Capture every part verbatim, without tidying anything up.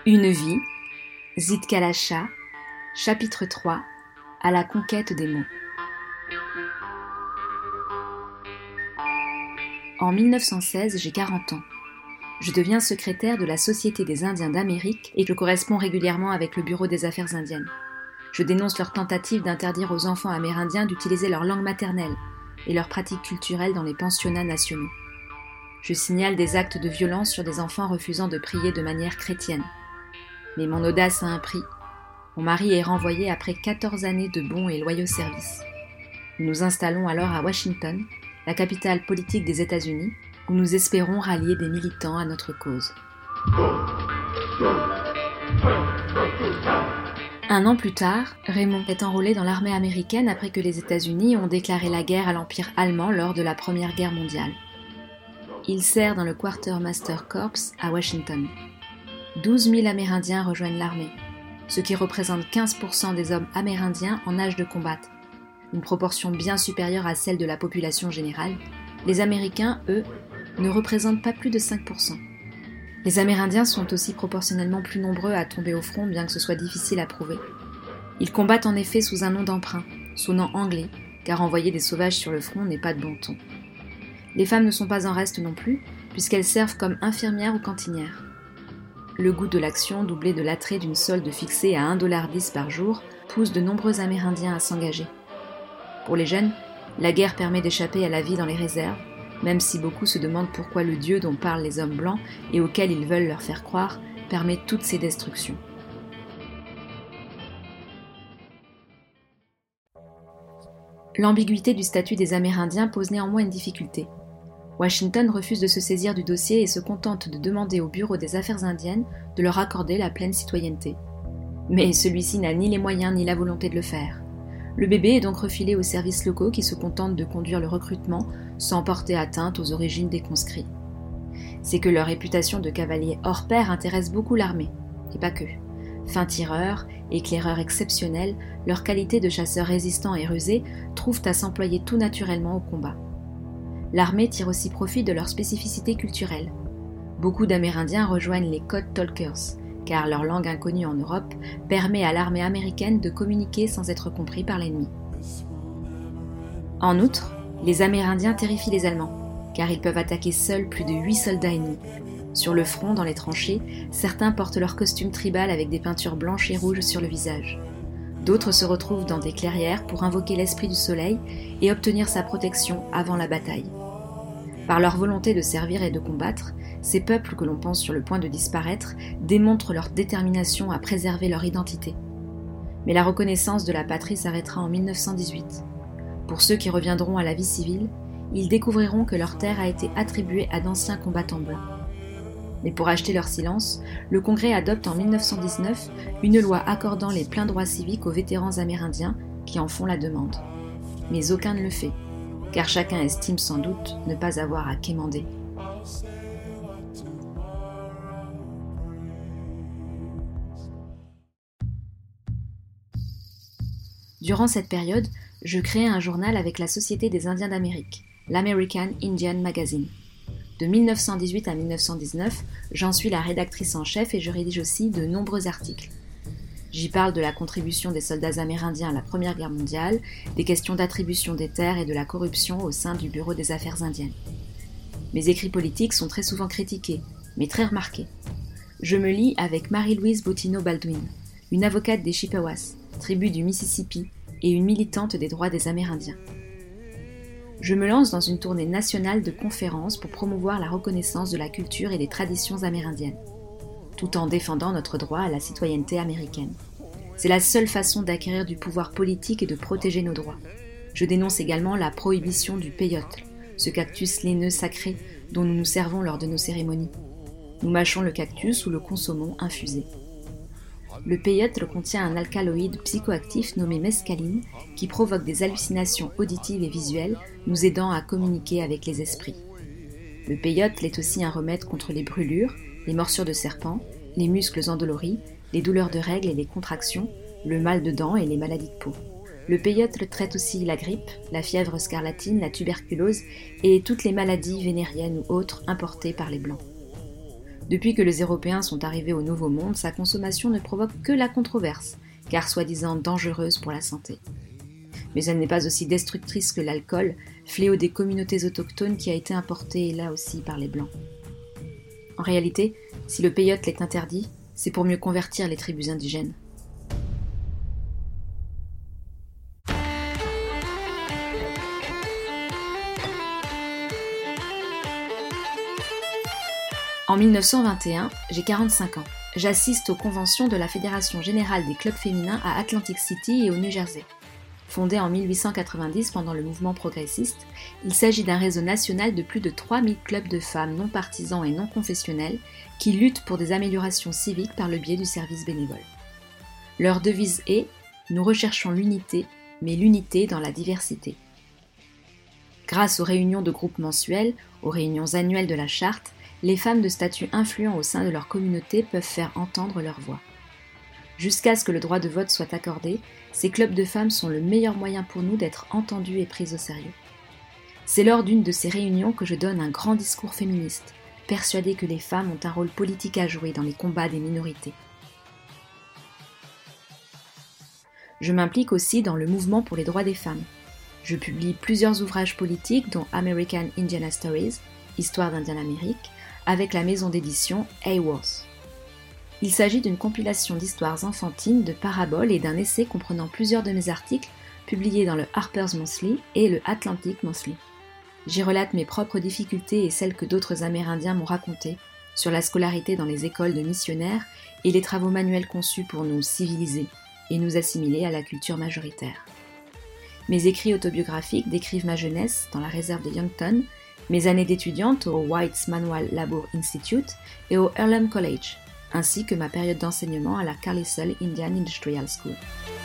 Une vie, Zid Kalacha, chapitre trois, à la conquête des mots. En mille neuf cent seize, j'ai quarante ans. Je deviens secrétaire de la Société des Indiens d'Amérique et je corresponds régulièrement avec le Bureau des Affaires indiennes. Je dénonce leur tentative d'interdire aux enfants amérindiens d'utiliser leur langue maternelle et leurs pratiques culturelles dans les pensionnats nationaux. Je signale des actes de violence sur des enfants refusant de prier de manière chrétienne. Mais mon audace a un prix. Mon mari est renvoyé après quatorze années de bons et loyaux services. Nous nous installons alors à Washington, la capitale politique des États-Unis, où nous espérons rallier des militants à notre cause. Un an plus tard, Raymond est enrôlé dans l'armée américaine après que les États-Unis ont déclaré la guerre à l'Empire allemand lors de la Première Guerre mondiale. Il sert dans le Quartermaster Corps à Washington. douze mille Amérindiens rejoignent l'armée, ce qui représente quinze pour cent des hommes amérindiens en âge de combattre, une proportion bien supérieure à celle de la population générale. Les Américains, eux, ne représentent pas plus de cinq pour cent. Les Amérindiens sont aussi proportionnellement plus nombreux à tomber au front, bien que ce soit difficile à prouver. Ils combattent en effet sous un nom d'emprunt, sonnant anglais, car envoyer des sauvages sur le front n'est pas de bon ton. Les femmes ne sont pas en reste non plus, puisqu'elles servent comme infirmières ou cantinières. Le goût de l'action, doublé de l'attrait d'une solde fixée à un dollar dix par jour, pousse de nombreux Amérindiens à s'engager. Pour les jeunes, la guerre permet d'échapper à la vie dans les réserves, même si beaucoup se demandent pourquoi le Dieu dont parlent les hommes blancs et auquel ils veulent leur faire croire permet toutes ces destructions. L'ambiguïté du statut des Amérindiens pose néanmoins une difficulté. Washington refuse de se saisir du dossier et se contente de demander au Bureau des Affaires indiennes de leur accorder la pleine citoyenneté. Mais celui-ci n'a ni les moyens ni la volonté de le faire. Le bébé est donc refilé aux services locaux qui se contentent de conduire le recrutement sans porter atteinte aux origines des conscrits. C'est que leur réputation de cavaliers hors pair intéresse beaucoup l'armée, et pas que. Fins tireurs, éclaireurs exceptionnels, leur qualité de chasseurs résistants et rusés trouvent à s'employer tout naturellement au combat. L'armée tire aussi profit de leur spécificité culturelle. Beaucoup d'Amérindiens rejoignent les Code Talkers, car leur langue inconnue en Europe permet à l'armée américaine de communiquer sans être compris par l'ennemi. En outre, les Amérindiens terrifient les Allemands, car ils peuvent attaquer seuls plus de huit soldats ennemis. Sur le front, dans les tranchées, certains portent leur costume tribal avec des peintures blanches et rouges sur le visage. D'autres se retrouvent dans des clairières pour invoquer l'esprit du soleil et obtenir sa protection avant la bataille. Par leur volonté de servir et de combattre, ces peuples que l'on pense sur le point de disparaître démontrent leur détermination à préserver leur identité. Mais la reconnaissance de la patrie s'arrêtera en mille neuf cent dix-huit. Pour ceux qui reviendront à la vie civile, ils découvriront que leur terre a été attribuée à d'anciens combattants blancs. Mais pour acheter leur silence, le Congrès adopte en mille neuf cent dix-neuf une loi accordant les pleins droits civiques aux vétérans amérindiens qui en font la demande. Mais aucun ne le fait, car chacun estime sans doute ne pas avoir à quémander. Durant cette période, je crée un journal avec la Société des Indiens d'Amérique, l'American Indian Magazine. De mille neuf cent dix-huit à mille neuf cent dix-neuf, j'en suis la rédactrice en chef et je rédige aussi de nombreux articles. J'y parle de la contribution des soldats amérindiens à la Première Guerre mondiale, des questions d'attribution des terres et de la corruption au sein du Bureau des Affaires indiennes. Mes écrits politiques sont très souvent critiqués, mais très remarqués. Je me lie avec Marie-Louise Bottineau-Baldwin, une avocate des Chippewas, tribu du Mississippi, et une militante des droits des Amérindiens. Je me lance dans une tournée nationale de conférences pour promouvoir la reconnaissance de la culture et des traditions amérindiennes, tout en défendant notre droit à la citoyenneté américaine. C'est la seule façon d'acquérir du pouvoir politique et de protéger nos droits. Je dénonce également la prohibition du peyote, ce cactus laineux sacré dont nous nous servons lors de nos cérémonies. Nous mâchons le cactus ou le consommons infusé. Le peyote contient un alcaloïde psychoactif nommé mescaline qui provoque des hallucinations auditives et visuelles, nous aidant à communiquer avec les esprits. Le peyote est aussi un remède contre les brûlures, les morsures de serpents, les muscles endoloris, les douleurs de règles et les contractions, le mal de dents et les maladies de peau. Le peyote traite aussi la grippe, la fièvre scarlatine, la tuberculose et toutes les maladies vénériennes ou autres importées par les Blancs. Depuis que les Européens sont arrivés au Nouveau Monde, sa consommation ne provoque que la controverse, car soi-disant dangereuse pour la santé. Mais elle n'est pas aussi destructrice que l'alcool, fléau des communautés autochtones qui a été importé là aussi par les Blancs. En réalité, si le peyote l'est interdit, c'est pour mieux convertir les tribus indigènes. En mille neuf cent vingt et un, j'ai quarante-cinq ans. J'assiste aux conventions de la Fédération Générale des Clubs Féminins à Atlantic City et au New Jersey. Fondé en mille huit cent quatre-vingt-dix pendant le mouvement progressiste, il s'agit d'un réseau national de plus de trois mille clubs de femmes non partisans et non confessionnels qui luttent pour des améliorations civiques par le biais du service bénévole. Leur devise est « Nous recherchons l'unité, mais l'unité dans la diversité ». Grâce aux réunions de groupes mensuels, aux réunions annuelles de la charte, les femmes de statut influent au sein de leur communauté peuvent faire entendre leur voix. Jusqu'à ce que le droit de vote soit accordé, ces clubs de femmes sont le meilleur moyen pour nous d'être entendues et prises au sérieux. C'est lors d'une de ces réunions que je donne un grand discours féministe, persuadée que les femmes ont un rôle politique à jouer dans les combats des minorités. Je m'implique aussi dans le mouvement pour les droits des femmes. Je publie plusieurs ouvrages politiques dont American Indiana Stories, Histoire d'Indienne Amérique, avec la maison d'édition Hayworth. Il s'agit d'une compilation d'histoires enfantines, de paraboles et d'un essai comprenant plusieurs de mes articles publiés dans le Harper's Monthly et le Atlantic Monthly. J'y relate mes propres difficultés et celles que d'autres Amérindiens m'ont racontées sur la scolarité dans les écoles de missionnaires et les travaux manuels conçus pour nous civiliser et nous assimiler à la culture majoritaire. Mes écrits autobiographiques décrivent ma jeunesse dans la réserve de Youngton, mes années d'étudiante au White's Manual Labour Institute et au Earlham College, ainsi que ma période d'enseignement à la Carlisle Indian Industrial School.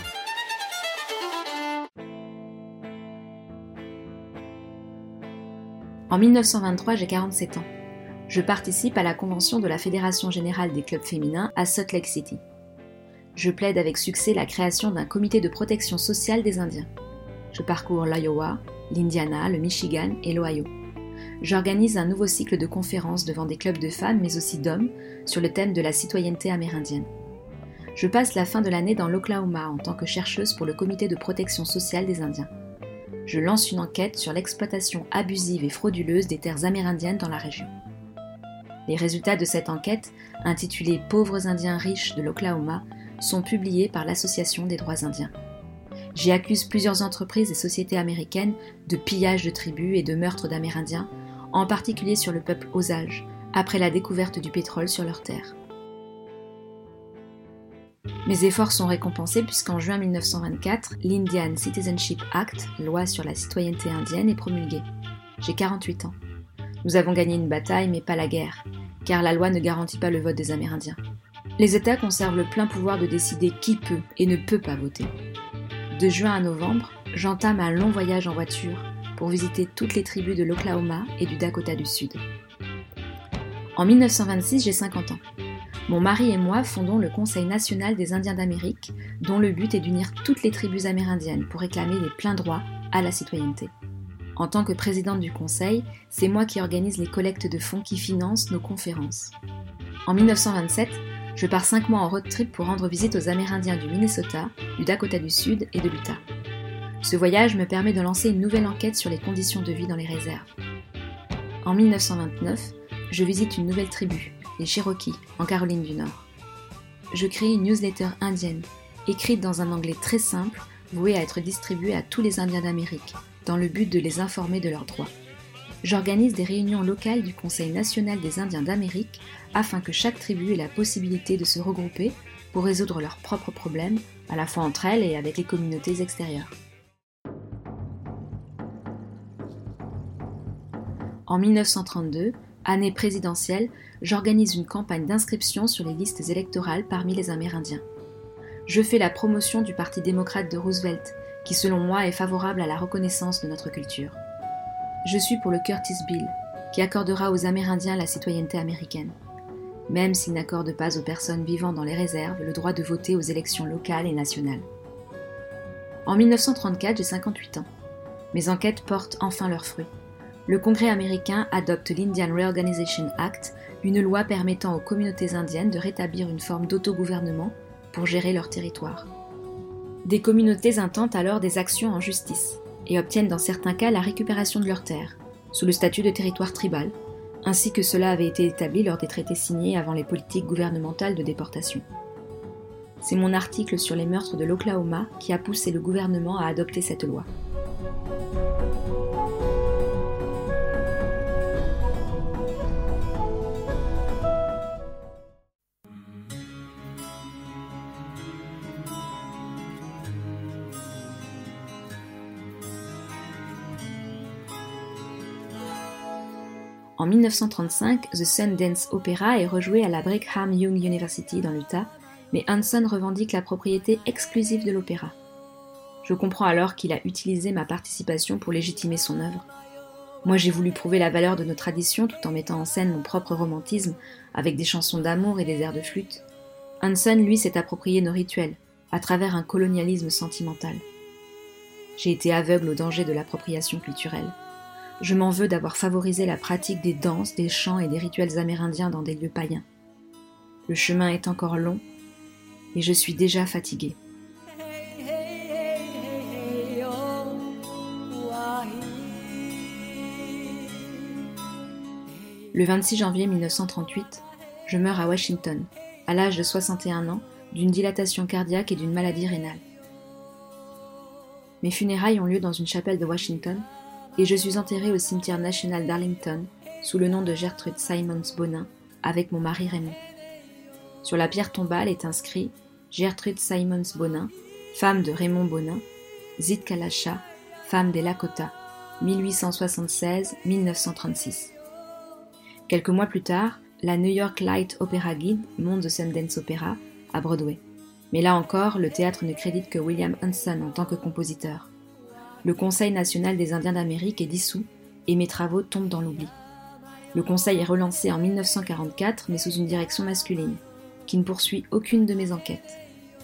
En mille neuf cent vingt-trois, j'ai quarante-sept ans. Je participe à la convention de la Fédération Générale des Clubs Féminins à Salt Lake City. Je plaide avec succès la création d'un comité de protection sociale des Indiens. Je parcours l'Iowa, l'Indiana, le Michigan et l'Ohio. J'organise un nouveau cycle de conférences devant des clubs de femmes mais aussi d'hommes sur le thème de la citoyenneté amérindienne. Je passe la fin de l'année dans l'Oklahoma en tant que chercheuse pour le comité de protection sociale des Indiens. Je lance une enquête sur l'exploitation abusive et frauduleuse des terres amérindiennes dans la région. Les résultats de cette enquête, intitulée « Pauvres Indiens riches de l'Oklahoma », sont publiés par l'Association des droits indiens. J'y accuse plusieurs entreprises et sociétés américaines de pillage de tribus et de meurtre d'Amérindiens, en particulier sur le peuple Osage, après la découverte du pétrole sur leurs terres. Mes efforts sont récompensés puisqu'en juin mille neuf cent vingt-quatre, l'Indian Citizenship Act, loi sur la citoyenneté indienne, est promulguée. J'ai quarante-huit ans. Nous avons gagné une bataille, mais pas la guerre, car la loi ne garantit pas le vote des Amérindiens. Les États conservent le plein pouvoir de décider qui peut et ne peut pas voter. De juin à novembre, j'entame un long voyage en voiture pour visiter toutes les tribus de l'Oklahoma et du Dakota du Sud. En mille neuf cent vingt-six, j'ai cinquante ans. Mon mari et moi fondons le Conseil national des Indiens d'Amérique, dont le but est d'unir toutes les tribus amérindiennes pour réclamer les pleins droits à la citoyenneté. En tant que présidente du Conseil, c'est moi qui organise les collectes de fonds qui financent nos conférences. En mille neuf cent vingt-sept, je pars cinq mois en road trip pour rendre visite aux Amérindiens du Minnesota, du Dakota du Sud et de l'Utah. Ce voyage me permet de lancer une nouvelle enquête sur les conditions de vie dans les réserves. En mille neuf cent vingt-neuf, je visite une nouvelle tribu, les Cherokees, en Caroline du Nord. Je crée une newsletter indienne, écrite dans un anglais très simple, vouée à être distribuée à tous les Indiens d'Amérique, dans le but de les informer de leurs droits. J'organise des réunions locales du Conseil national des Indiens d'Amérique afin que chaque tribu ait la possibilité de se regrouper pour résoudre leurs propres problèmes, à la fois entre elles et avec les communautés extérieures. En mille neuf cent trente-deux, année présidentielle, j'organise une campagne d'inscription sur les listes électorales parmi les Amérindiens. Je fais la promotion du Parti démocrate de Roosevelt, qui selon moi est favorable à la reconnaissance de notre culture. Je suis pour le Curtis Bill, qui accordera aux Amérindiens la citoyenneté américaine, même s'il n'accorde pas aux personnes vivant dans les réserves le droit de voter aux élections locales et nationales. En mille neuf cent trente-quatre, j'ai cinquante-huit ans. Mes enquêtes portent enfin leurs fruits. le Congrès américain adopte l'Indian Reorganization Act, une loi permettant aux communautés indiennes de rétablir une forme d'autogouvernement pour gérer leur territoire. Des communautés intentent alors des actions en justice et obtiennent dans certains cas la récupération de leurs terres, sous le statut de territoire tribal, ainsi que cela avait été établi lors des traités signés avant les politiques gouvernementales de déportation. C'est mon article sur les meurtres de l'Oklahoma qui a poussé le gouvernement à adopter cette loi. En mille neuf cent trente-cinq, The Sundance Opera est rejoué à la Brigham Young University dans l'Utah, mais Henson revendique la propriété exclusive de l'opéra. Je comprends alors qu'il a utilisé ma participation pour légitimer son œuvre. Moi j'ai voulu prouver la valeur de nos traditions tout en mettant en scène mon propre romantisme avec des chansons d'amour et des airs de flûte. Henson, lui, s'est approprié nos rituels, à travers un colonialisme sentimental. J'ai été aveugle au danger de l'appropriation culturelle. Je m'en veux d'avoir favorisé la pratique des danses, des chants et des rituels amérindiens dans des lieux païens. Le chemin est encore long et je suis déjà fatiguée. Le vingt-six janvier mille neuf cent trente-huit, je meurs à Washington, à l'âge de soixante et un ans, d'une dilatation cardiaque et d'une maladie rénale. Mes funérailles ont lieu dans une chapelle de Washington, et je suis enterrée au cimetière national d'Arlington sous le nom de Gertrude Simons Bonin avec mon mari Raymond. Sur la pierre tombale est inscrit Gertrude Simons Bonin, femme de Raymond Bonin, Sitka Lasha, femme des Lakota, mille huit cent soixante-seize à mille neuf cent trente-six. Quelques mois plus tard, la New York Light Opera Guild monte The Sundance Opera à Broadway. Mais là encore, le théâtre ne crédite que William Henson en tant que compositeur. Le Conseil national des Indiens d'Amérique est dissous et mes travaux tombent dans l'oubli. Le Conseil est relancé en mille neuf cent quarante-quatre, mais sous une direction masculine, qui ne poursuit aucune de mes enquêtes.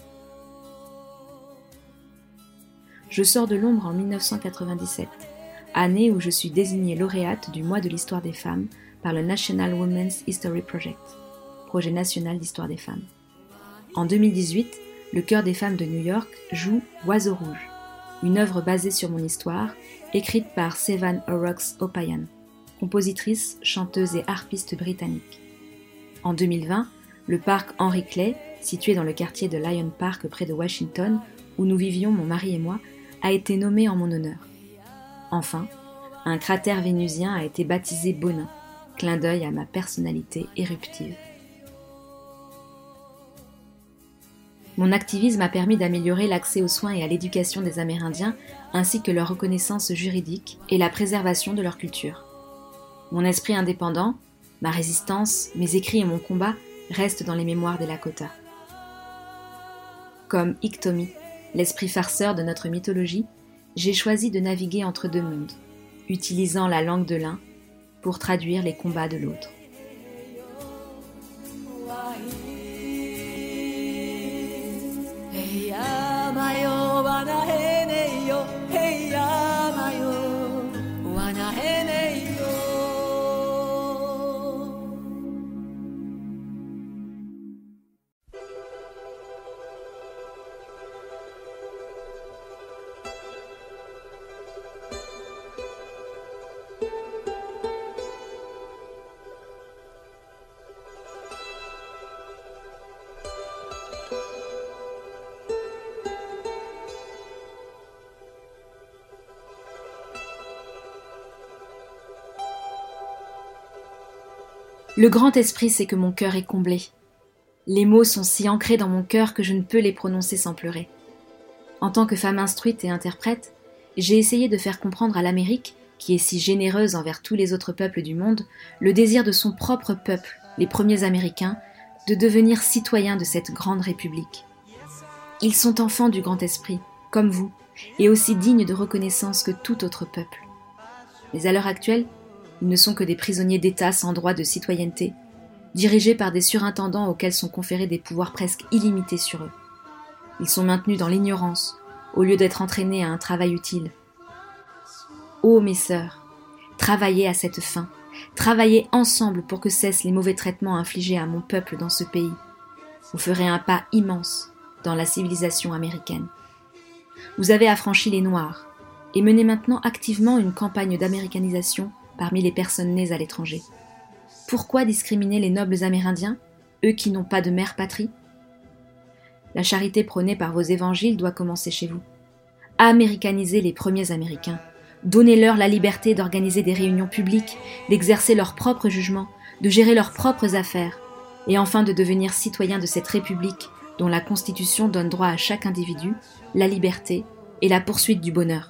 Je sors de l'ombre en mille neuf cent quatre-vingt-dix-sept, année où je suis désignée lauréate du mois de l'histoire des femmes par le National Women's History Project, projet national d'histoire des femmes. En deux mille dix-huit, le Chœur des femmes de New York joue Oiseau rouge, une œuvre basée sur mon histoire, écrite par Sevan Horrocks Opayan, compositrice, chanteuse et harpiste britannique. En deux mille vingt, le parc Henry Clay, situé dans le quartier de Lyon Park près de Washington, où nous vivions mon mari et moi, a été nommé en mon honneur. Enfin, un cratère vénusien a été baptisé Bonin, clin d'œil à ma personnalité éruptive. Mon activisme a permis d'améliorer l'accès aux soins et à l'éducation des Amérindiens, ainsi que leur reconnaissance juridique et la préservation de leur culture. Mon esprit indépendant, ma résistance, mes écrits et mon combat restent dans les mémoires des Lakota. Comme Iktomi, l'esprit farceur de notre mythologie, j'ai choisi de naviguer entre deux mondes, utilisant la langue de l'un pour traduire les combats de l'autre. Le grand esprit sait que mon cœur est comblé. Les mots sont si ancrés dans mon cœur que je ne peux les prononcer sans pleurer. En tant que femme instruite et interprète, j'ai essayé de faire comprendre à l'Amérique, qui est si généreuse envers tous les autres peuples du monde, le désir de son propre peuple, les premiers Américains, de devenir citoyens de cette grande république. Ils sont enfants du grand esprit, comme vous, et aussi dignes de reconnaissance que tout autre peuple. Mais à l'heure actuelle, ils ne sont que des prisonniers d'État sans droit de citoyenneté, dirigés par des surintendants auxquels sont conférés des pouvoirs presque illimités sur eux. Ils sont maintenus dans l'ignorance, au lieu d'être entraînés à un travail utile. Ô mes sœurs, Travaillez à cette fin. Travaillez ensemble pour que cessent les mauvais traitements infligés à mon peuple dans ce pays. Vous ferez un pas immense dans la civilisation américaine. Vous avez affranchi les Noirs et menez maintenant activement une campagne d'américanisation parmi les personnes nées à l'étranger. Pourquoi discriminer les nobles Amérindiens, eux qui n'ont pas de mère patrie ? La charité prônée par vos évangiles doit commencer chez vous. Américanisez les premiers Américains. Donnez-leur la liberté d'organiser des réunions publiques, d'exercer leur propre jugement, de gérer leurs propres affaires, et enfin de devenir citoyens de cette République dont la Constitution donne droit à chaque individu, la liberté et la poursuite du bonheur.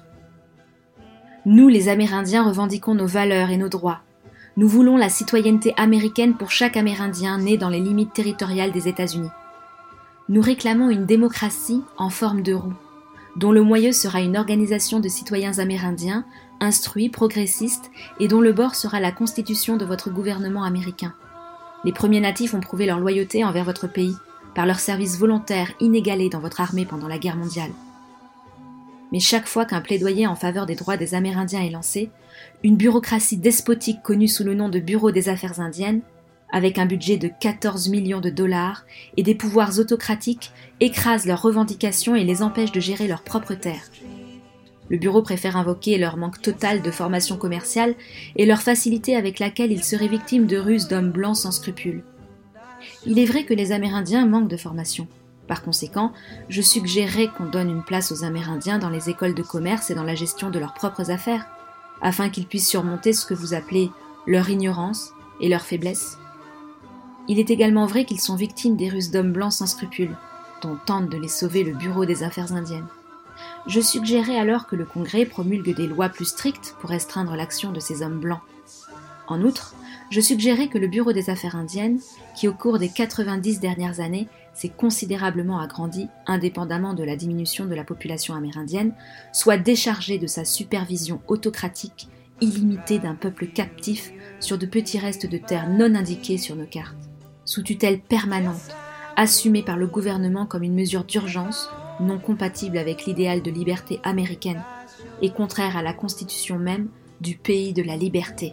Nous, les Amérindiens, revendiquons nos valeurs et nos droits. Nous voulons la citoyenneté américaine pour chaque Amérindien né dans les limites territoriales des États-Unis. Nous réclamons une démocratie en forme de roue, dont le moyeu sera une organisation de citoyens amérindiens, instruits, progressistes, et dont le bord sera la constitution de votre gouvernement américain. Les premiers natifs ont prouvé leur loyauté envers votre pays, par leur service volontaire inégalé dans votre armée pendant la guerre mondiale. Mais chaque fois qu'un plaidoyer en faveur des droits des Amérindiens est lancé, une bureaucratie despotique connue sous le nom de Bureau des Affaires indiennes, avec un budget de quatorze millions de dollars et des pouvoirs autocratiques, écrase leurs revendications et les empêche de gérer leurs propres terres. Le bureau préfère invoquer leur manque total de formation commerciale et leur facilité avec laquelle ils seraient victimes de ruses d'hommes blancs sans scrupules. Il est vrai que les Amérindiens manquent de formation. Par conséquent, je suggérerais qu'on donne une place aux Amérindiens dans les écoles de commerce et dans la gestion de leurs propres affaires, afin qu'ils puissent surmonter ce que vous appelez leur ignorance et leur faiblesse. Il est également vrai qu'ils sont victimes des ruses d'hommes blancs sans scrupules, dont tente de les sauver le Bureau des Affaires indiennes. Je suggérerais alors que le Congrès promulgue des lois plus strictes pour restreindre l'action de ces hommes blancs. En outre, je suggérerais que le Bureau des Affaires indiennes, qui au cours des quatre-vingt-dix dernières années s'est considérablement agrandi, indépendamment de la diminution de la population amérindienne, soit déchargé de sa supervision autocratique illimitée d'un peuple captif sur de petits restes de terre non indiqués sur nos cartes, sous tutelle permanente, assumée par le gouvernement comme une mesure d'urgence non compatible avec l'idéal de liberté américaine et contraire à la constitution même du pays de la liberté.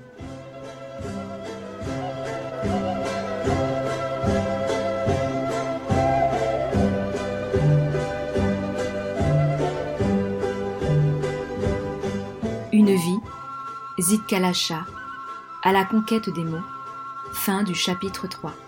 Une vie, Zid Kalacha, à la conquête des mots, fin du chapitre trois.